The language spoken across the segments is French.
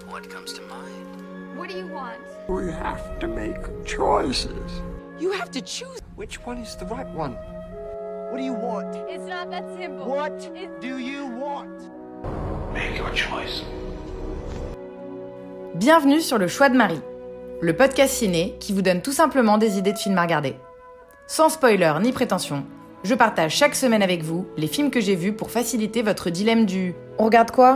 What comes to mind? What do you want? We have to make choices. You have to choose. Which one is the right one? What do you want? It's not that simple. What do you want? Make your choice. Bienvenue sur Le Choix de Marie, le podcast ciné qui vous donne tout simplement des idées de films à regarder. Sans spoiler ni prétention, je partage chaque semaine avec vous les films que j'ai vus pour faciliter votre dilemme du « on regarde quoi ?»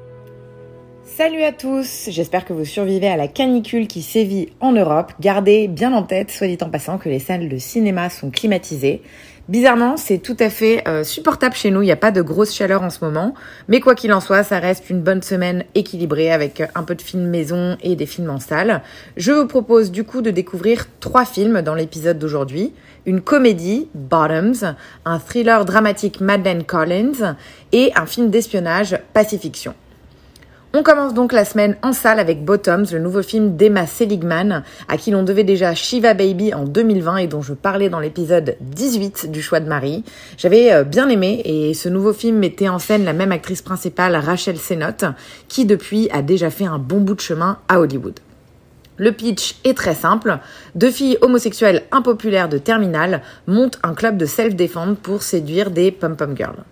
Salut à tous, j'espère que vous survivez à la canicule qui sévit en Europe. Gardez bien en tête, soit dit en passant, que les salles de cinéma sont climatisées. Bizarrement, c'est tout à fait supportable chez nous, il n'y a pas de grosse chaleur en ce moment. Mais quoi qu'il en soit, ça reste une bonne semaine équilibrée avec un peu de films maison et des films en salle. Je vous propose du coup de découvrir 3 films dans l'épisode d'aujourd'hui. Une comédie, Bottoms, un thriller dramatique, Madeleine Collins, et un film d'espionnage, Pacifiction. On commence donc la semaine en salle avec Bottoms, le nouveau film d'Emma Seligman, à qui l'on devait déjà Shiva Baby en 2020 et dont je parlais dans l'épisode 18 du Choix de Marie. J'avais bien aimé et ce nouveau film mettait en scène la même actrice principale, Rachel Sennott, qui depuis a déjà fait un bon bout de chemin à Hollywood. Le pitch est très simple. 2 filles homosexuelles impopulaires de terminale montent un club de self-défense pour séduire des pom-pom girls.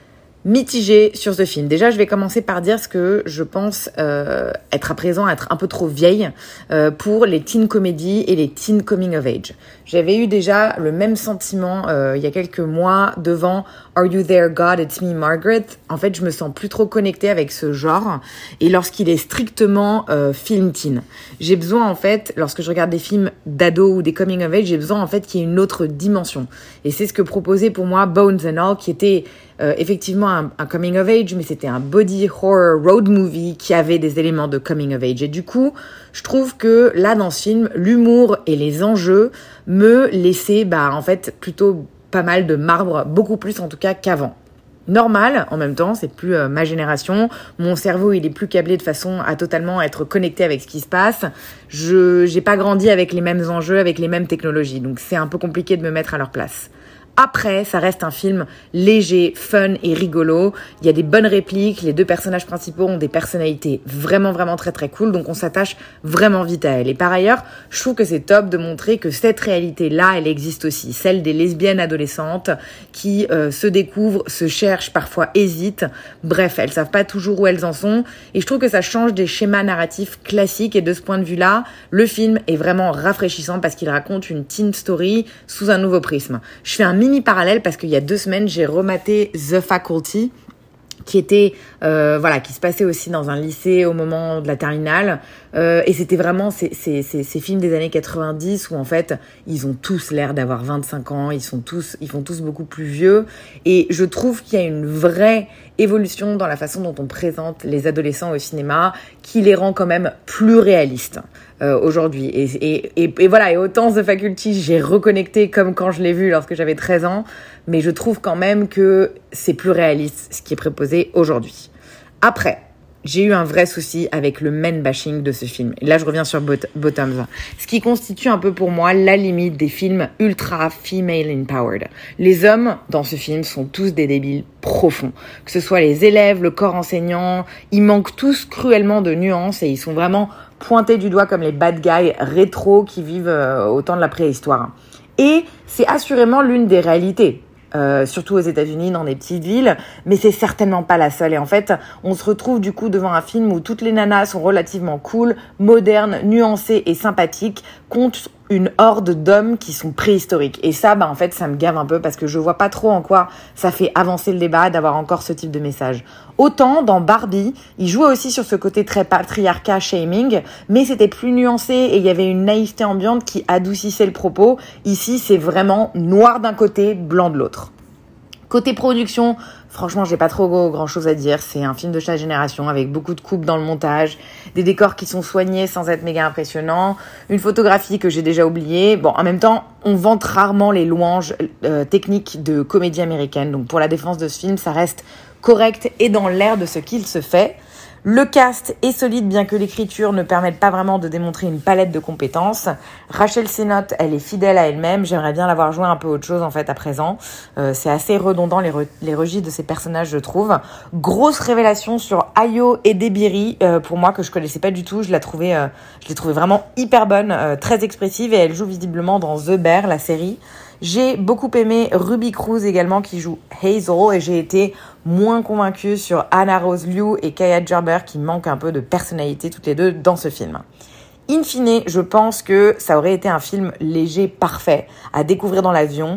Mitigée sur ce film. Déjà, je vais commencer par dire ce que je pense être un peu trop vieille pour les teen comédies et les teen coming of age. J'avais eu déjà le même sentiment il y a quelques mois devant Are You There God? It's Me Margaret. En fait, je me sens plus trop connectée avec ce genre et lorsqu'il est strictement film teen. J'ai besoin en fait, lorsque je regarde des films d'ado ou des coming of age, j'ai besoin en fait qu'il y ait une autre dimension. Et c'est ce que proposait pour moi Bones and All, qui était effectivement un coming of age, mais c'était un body horror road movie qui avait des éléments de coming of age. Et du coup, je trouve que là, dans ce film, l'humour et les enjeux me laissaient, en fait, plutôt pas mal de marbre, beaucoup plus en tout cas qu'avant. Normal, en même temps, c'est plus ma génération. Mon cerveau, il est plus câblé de façon à totalement être connecté avec ce qui se passe. J'ai pas grandi avec les mêmes enjeux, avec les mêmes technologies. Donc, c'est un peu compliqué de me mettre à leur place. Après, ça reste un film léger, fun et rigolo. Il y a des bonnes répliques. Les 2 personnages principaux ont des personnalités vraiment, vraiment très, très cool. Donc, on s'attache vraiment vite à elles. Et par ailleurs, je trouve que c'est top de montrer que cette réalité-là, elle existe aussi. Celle des lesbiennes adolescentes qui se découvrent, se cherchent, parfois hésitent. Bref, elles savent pas toujours où elles en sont. Et je trouve que ça change des schémas narratifs classiques. Et de ce point de vue-là, le film est vraiment rafraîchissant parce qu'il raconte une teen story sous un nouveau prisme. Je fais un mini parallèle parce qu'il y a 2 semaines, j'ai rematé The Faculty, qui était qui se passait aussi dans un lycée au moment de la terminale, et c'était vraiment ces films des années 90 où en fait ils ont tous l'air d'avoir 25 ans, ils font tous beaucoup plus vieux, et je trouve qu'il y a une vraie évolution dans la façon dont on présente les adolescents au cinéma qui les rend quand même plus réalistes aujourd'hui. Et voilà, et autant The Faculty, j'ai reconnecté comme quand je l'ai vu lorsque j'avais 13 ans, mais je trouve quand même que c'est plus réaliste ce qui est proposé aujourd'hui. Après, j'ai eu un vrai souci avec le men bashing de ce film. Et là, je reviens sur Bottoms. Ce qui constitue un peu pour moi la limite des films ultra female empowered. Les hommes dans ce film sont tous des débiles profonds. Que ce soit les élèves, le corps enseignant, ils manquent tous cruellement de nuances et ils sont vraiment pointés du doigt comme les bad guys rétro qui vivent au temps de la préhistoire. Et c'est assurément l'une des réalités. Surtout aux États-Unis, dans des petites villes, mais c'est certainement pas la seule. Et en fait, on se retrouve du coup devant un film où toutes les nanas sont relativement cool, modernes, nuancées et sympathiques, contre une horde d'hommes qui sont préhistoriques. Et ça, en fait, ça me gave un peu parce que je vois pas trop en quoi ça fait avancer le débat d'avoir encore ce type de message. Autant, dans Barbie, il jouait aussi sur ce côté très patriarcat shaming, mais c'était plus nuancé et il y avait une naïveté ambiante qui adoucissait le propos. Ici, c'est vraiment noir d'un côté, blanc de l'autre. Côté production, franchement, j'ai pas trop grand chose à dire. C'est un film de chaque génération avec beaucoup de coupes dans le montage, des décors qui sont soignés sans être méga impressionnants, une photographie que j'ai déjà oubliée. Bon, en même temps, on vante rarement les louanges techniques de comédie américaine. Donc, pour la défense de ce film, ça reste correct et dans l'air de ce qu'il se fait. Le cast est solide, bien que l'écriture ne permette pas vraiment de démontrer une palette de compétences. Rachel Sennott, elle est fidèle à elle-même. J'aimerais bien l'avoir joué un peu autre chose, en fait, à présent. C'est assez redondant, les registres de ces personnages, je trouve. Grosse révélation sur Ayo Edebiri, pour moi, que je connaissais pas du tout. Je l'ai trouvée vraiment hyper bonne, très expressive, et elle joue visiblement dans The Bear, la série. J'ai beaucoup aimé Ruby Cruz également, qui joue Hazel, et j'ai été moins convaincue sur Anna Rose Liu et Kaya Gerber, qui manquent un peu de personnalité toutes les deux dans ce film. In fine, je pense que ça aurait été un film léger parfait à découvrir dans l'avion.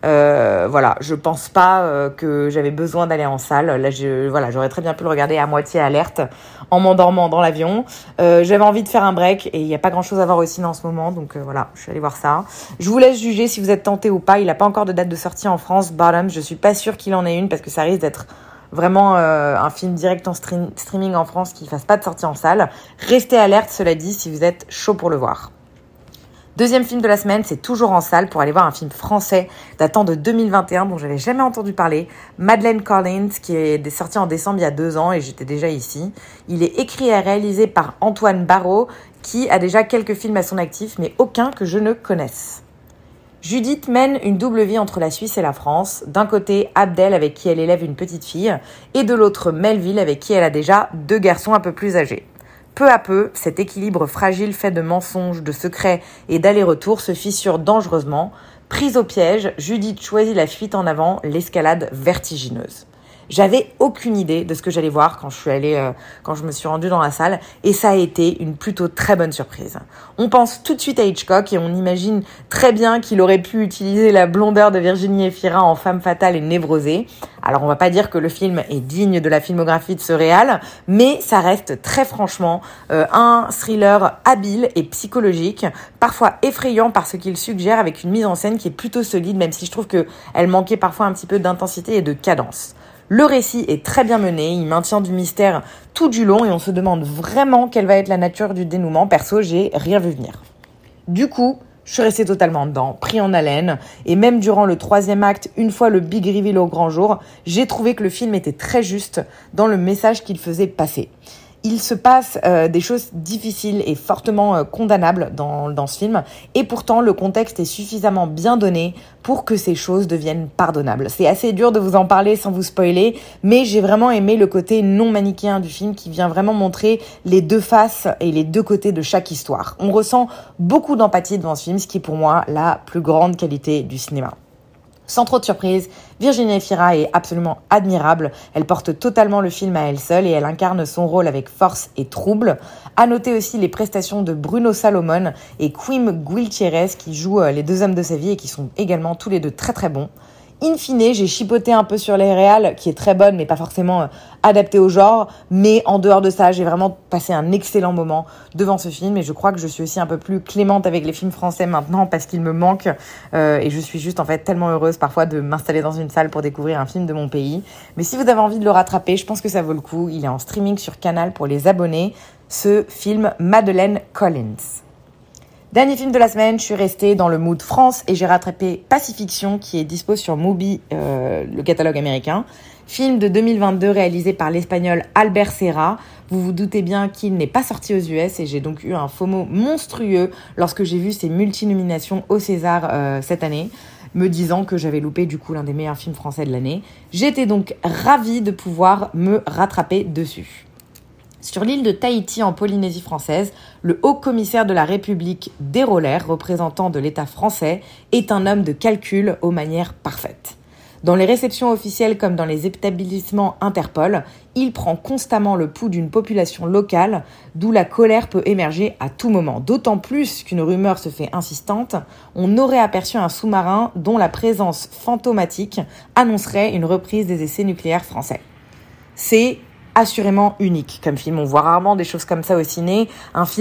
Voilà, je pense pas que j'avais besoin d'aller en salle. Là, j'aurais très bien pu le regarder à moitié alerte en m'endormant dans l'avion. J'avais envie de faire un break et il n'y a pas grand-chose à voir au ciné en ce moment, donc voilà, je suis allée voir ça. Je vous laisse juger si vous êtes tentés ou pas. Il n'a pas encore de date de sortie en France, Bottom. Je suis pas sûre qu'il en ait une parce que ça risque d'être vraiment un film direct en streaming en France qui ne fasse pas de sortie en salle. Restez alerte, cela dit, si vous êtes chaud pour le voir. Deuxième film de la semaine, c'est toujours en salle pour aller voir un film français datant de 2021 dont j'avais jamais entendu parler, Madeleine Collins, qui est sorti en décembre il y a 2 ans et j'étais déjà ici. Il est écrit et réalisé par Antoine Barraud, qui a déjà quelques films à son actif, mais aucun que je ne connaisse. Judith mène une double vie entre la Suisse et la France. D'un côté, Abdel, avec qui elle élève une petite fille, et de l'autre, Melville, avec qui elle a déjà 2 garçons un peu plus âgés. Peu à peu, cet équilibre fragile fait de mensonges, de secrets et d'allers-retours se fissure dangereusement. Prise au piège, Judith choisit la fuite en avant, l'escalade vertigineuse. J'avais aucune idée de ce que j'allais voir quand je me suis rendue dans la salle, et ça a été une plutôt très bonne surprise. On pense tout de suite à Hitchcock et on imagine très bien qu'il aurait pu utiliser la blondeur de Virginie Efira en femme fatale et névrosée. Alors on va pas dire que le film est digne de la filmographie de ce réal, mais ça reste très franchement un thriller habile et psychologique, parfois effrayant par ce qu'il suggère, avec une mise en scène qui est plutôt solide, même si je trouve qu'elle manquait parfois un petit peu d'intensité et de cadence. Le récit est très bien mené, il maintient du mystère tout du long et on se demande vraiment quelle va être la nature du dénouement. Perso, j'ai rien vu venir. Du coup, je suis restée totalement dedans, pris en haleine, et même durant le 3e acte, une fois le big reveal au grand jour, j'ai trouvé que le film était très juste dans le message qu'il faisait passer. Il se passe des choses difficiles et fortement condamnables dans ce film, et pourtant le contexte est suffisamment bien donné pour que ces choses deviennent pardonnables. C'est assez dur de vous en parler sans vous spoiler, mais j'ai vraiment aimé le côté non manichéen du film qui vient vraiment montrer les 2 faces et les 2 côtés de chaque histoire. On ressent beaucoup d'empathie devant ce film, ce qui est pour moi la plus grande qualité du cinéma. Sans trop de surprise, Virginie Efira est absolument admirable. Elle porte totalement le film à elle seule et elle incarne son rôle avec force et trouble. À noter aussi les prestations de Bruno Salomon et Quim Guiltierez qui jouent les 2 hommes de sa vie et qui sont également tous les 2 très très bons. In fine, j'ai chipoté un peu sur les réals, qui est très bonne, mais pas forcément adaptée au genre. Mais en dehors de ça, j'ai vraiment passé un excellent moment devant ce film. Et je crois que je suis aussi un peu plus clémente avec les films français maintenant, parce qu'ils me manquent. Et je suis juste en fait tellement heureuse parfois de m'installer dans une salle pour découvrir un film de mon pays. Mais si vous avez envie de le rattraper, je pense que ça vaut le coup. Il est en streaming sur Canal pour les abonnés. Ce film Madeleine Collins. Dernier film de la semaine, je suis restée dans le mood France et j'ai rattrapé Pacifiction qui est dispo sur Mubi, le catalogue américain. Film de 2022 réalisé par l'espagnol Albert Serra. Vous vous doutez bien qu'il n'est pas sorti aux US et j'ai donc eu un FOMO monstrueux lorsque j'ai vu ses multinominations au César cette année, me disant que j'avais loupé du coup l'un des meilleurs films français de l'année. J'étais donc ravie de pouvoir me rattraper dessus. Sur l'île de Tahiti, en Polynésie française, le haut-commissaire de la République Desrollers, représentant de l'État français, est un homme de calcul aux manières parfaites. Dans les réceptions officielles comme dans les établissements Interpol, il prend constamment le pouls d'une population locale, d'où la colère peut émerger à tout moment. D'autant plus qu'une rumeur se fait insistante, on aurait aperçu un sous-marin dont la présence fantomatique annoncerait une reprise des essais nucléaires français. C'est assurément unique comme film. On voit rarement des choses comme ça au ciné. Un film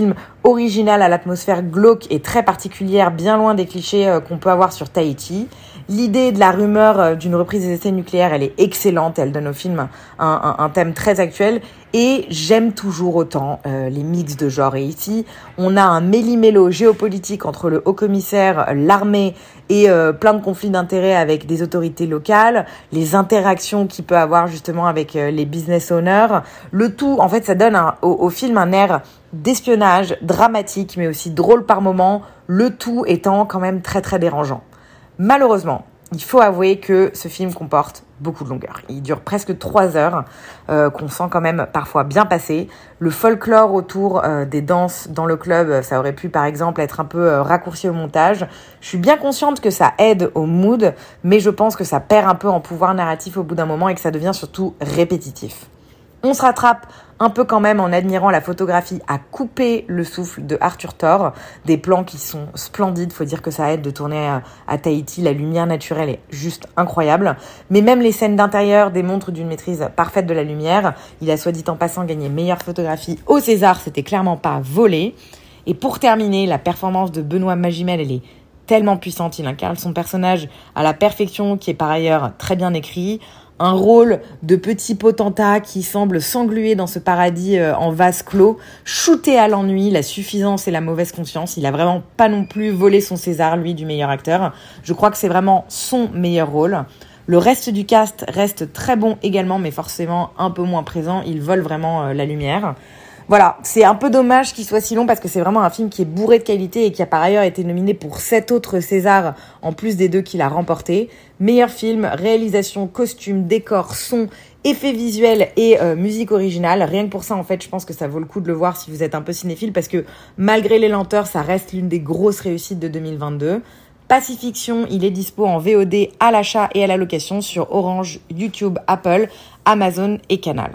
original à l'atmosphère glauque et très particulière, bien loin des clichés qu'on peut avoir sur Tahiti. L'idée de la rumeur d'une reprise des essais nucléaires, elle est excellente, elle donne au film un thème très actuel et j'aime toujours autant les mix de genres. Et ici, on a un méli-mélo géopolitique entre le haut-commissaire, l'armée et plein de conflits d'intérêts avec des autorités locales, les interactions qu'il peut avoir justement avec les business owners. Le tout, en fait, ça donne au film un air d'espionnage dramatique, mais aussi drôle par moments, le tout étant quand même très très dérangeant. Malheureusement, il faut avouer que ce film comporte beaucoup de longueur. Il dure presque 3 heures, qu'on sent quand même parfois bien passer. Le folklore autour des danses dans le club, ça aurait pu par exemple être un peu raccourci au montage. Je suis bien consciente que ça aide au mood, mais je pense que ça perd un peu en pouvoir narratif au bout d'un moment et que ça devient surtout répétitif. On se rattrape un peu quand même en admirant la photographie à couper le souffle de Arthur Thor. Des plans qui sont splendides, faut dire que ça aide de tourner à Tahiti. La lumière naturelle est juste incroyable. Mais même les scènes d'intérieur démontrent d'une maîtrise parfaite de la lumière. Il a soit dit en passant gagné meilleure photographie au César, c'était clairement pas volé. Et pour terminer, la performance de Benoît Magimel, elle est tellement puissante. Il incarne son personnage à la perfection, qui est par ailleurs très bien écrit. Un rôle de petit potentat qui semble s'engluer dans ce paradis en vase clos, shooté à l'ennui, la suffisance et la mauvaise conscience. Il a vraiment pas non plus volé son César, lui, du meilleur acteur. Je crois que c'est vraiment son meilleur rôle. Le reste du cast reste très bon également, mais forcément un peu moins présent. Il vole vraiment la lumière. Voilà, c'est un peu dommage qu'il soit si long parce que c'est vraiment un film qui est bourré de qualité et qui a par ailleurs été nominé pour 7 autres Césars en plus des 2 qu'il a remportés. Meilleur film, réalisation, costume, décor, son, effets visuels et musique originale. Rien que pour ça, en fait, je pense que ça vaut le coup de le voir si vous êtes un peu cinéphile parce que malgré les lenteurs, ça reste l'une des grosses réussites de 2022. Pacifiction, il est dispo en VOD à l'achat et à la location sur Orange, YouTube, Apple, Amazon et Canal.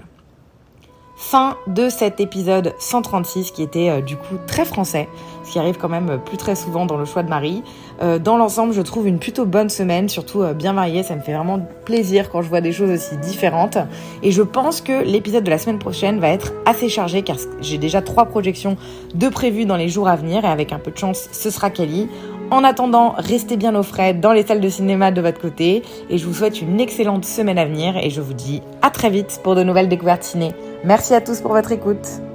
Fin de cet épisode 136 qui était du coup très français, ce qui arrive quand même plus très souvent dans le choix de Marie. Dans l'ensemble, je trouve une plutôt bonne semaine, surtout bien variée. Ça me fait vraiment plaisir quand je vois des choses aussi différentes. Et je pense que l'épisode de la semaine prochaine va être assez chargé car j'ai déjà 3 projections de prévues dans les jours à venir et avec un peu de chance, ce sera Cali. En attendant, restez bien au frais dans les salles de cinéma de votre côté et je vous souhaite une excellente semaine à venir et je vous dis à très vite pour de nouvelles découvertes ciné. Merci à tous pour votre écoute.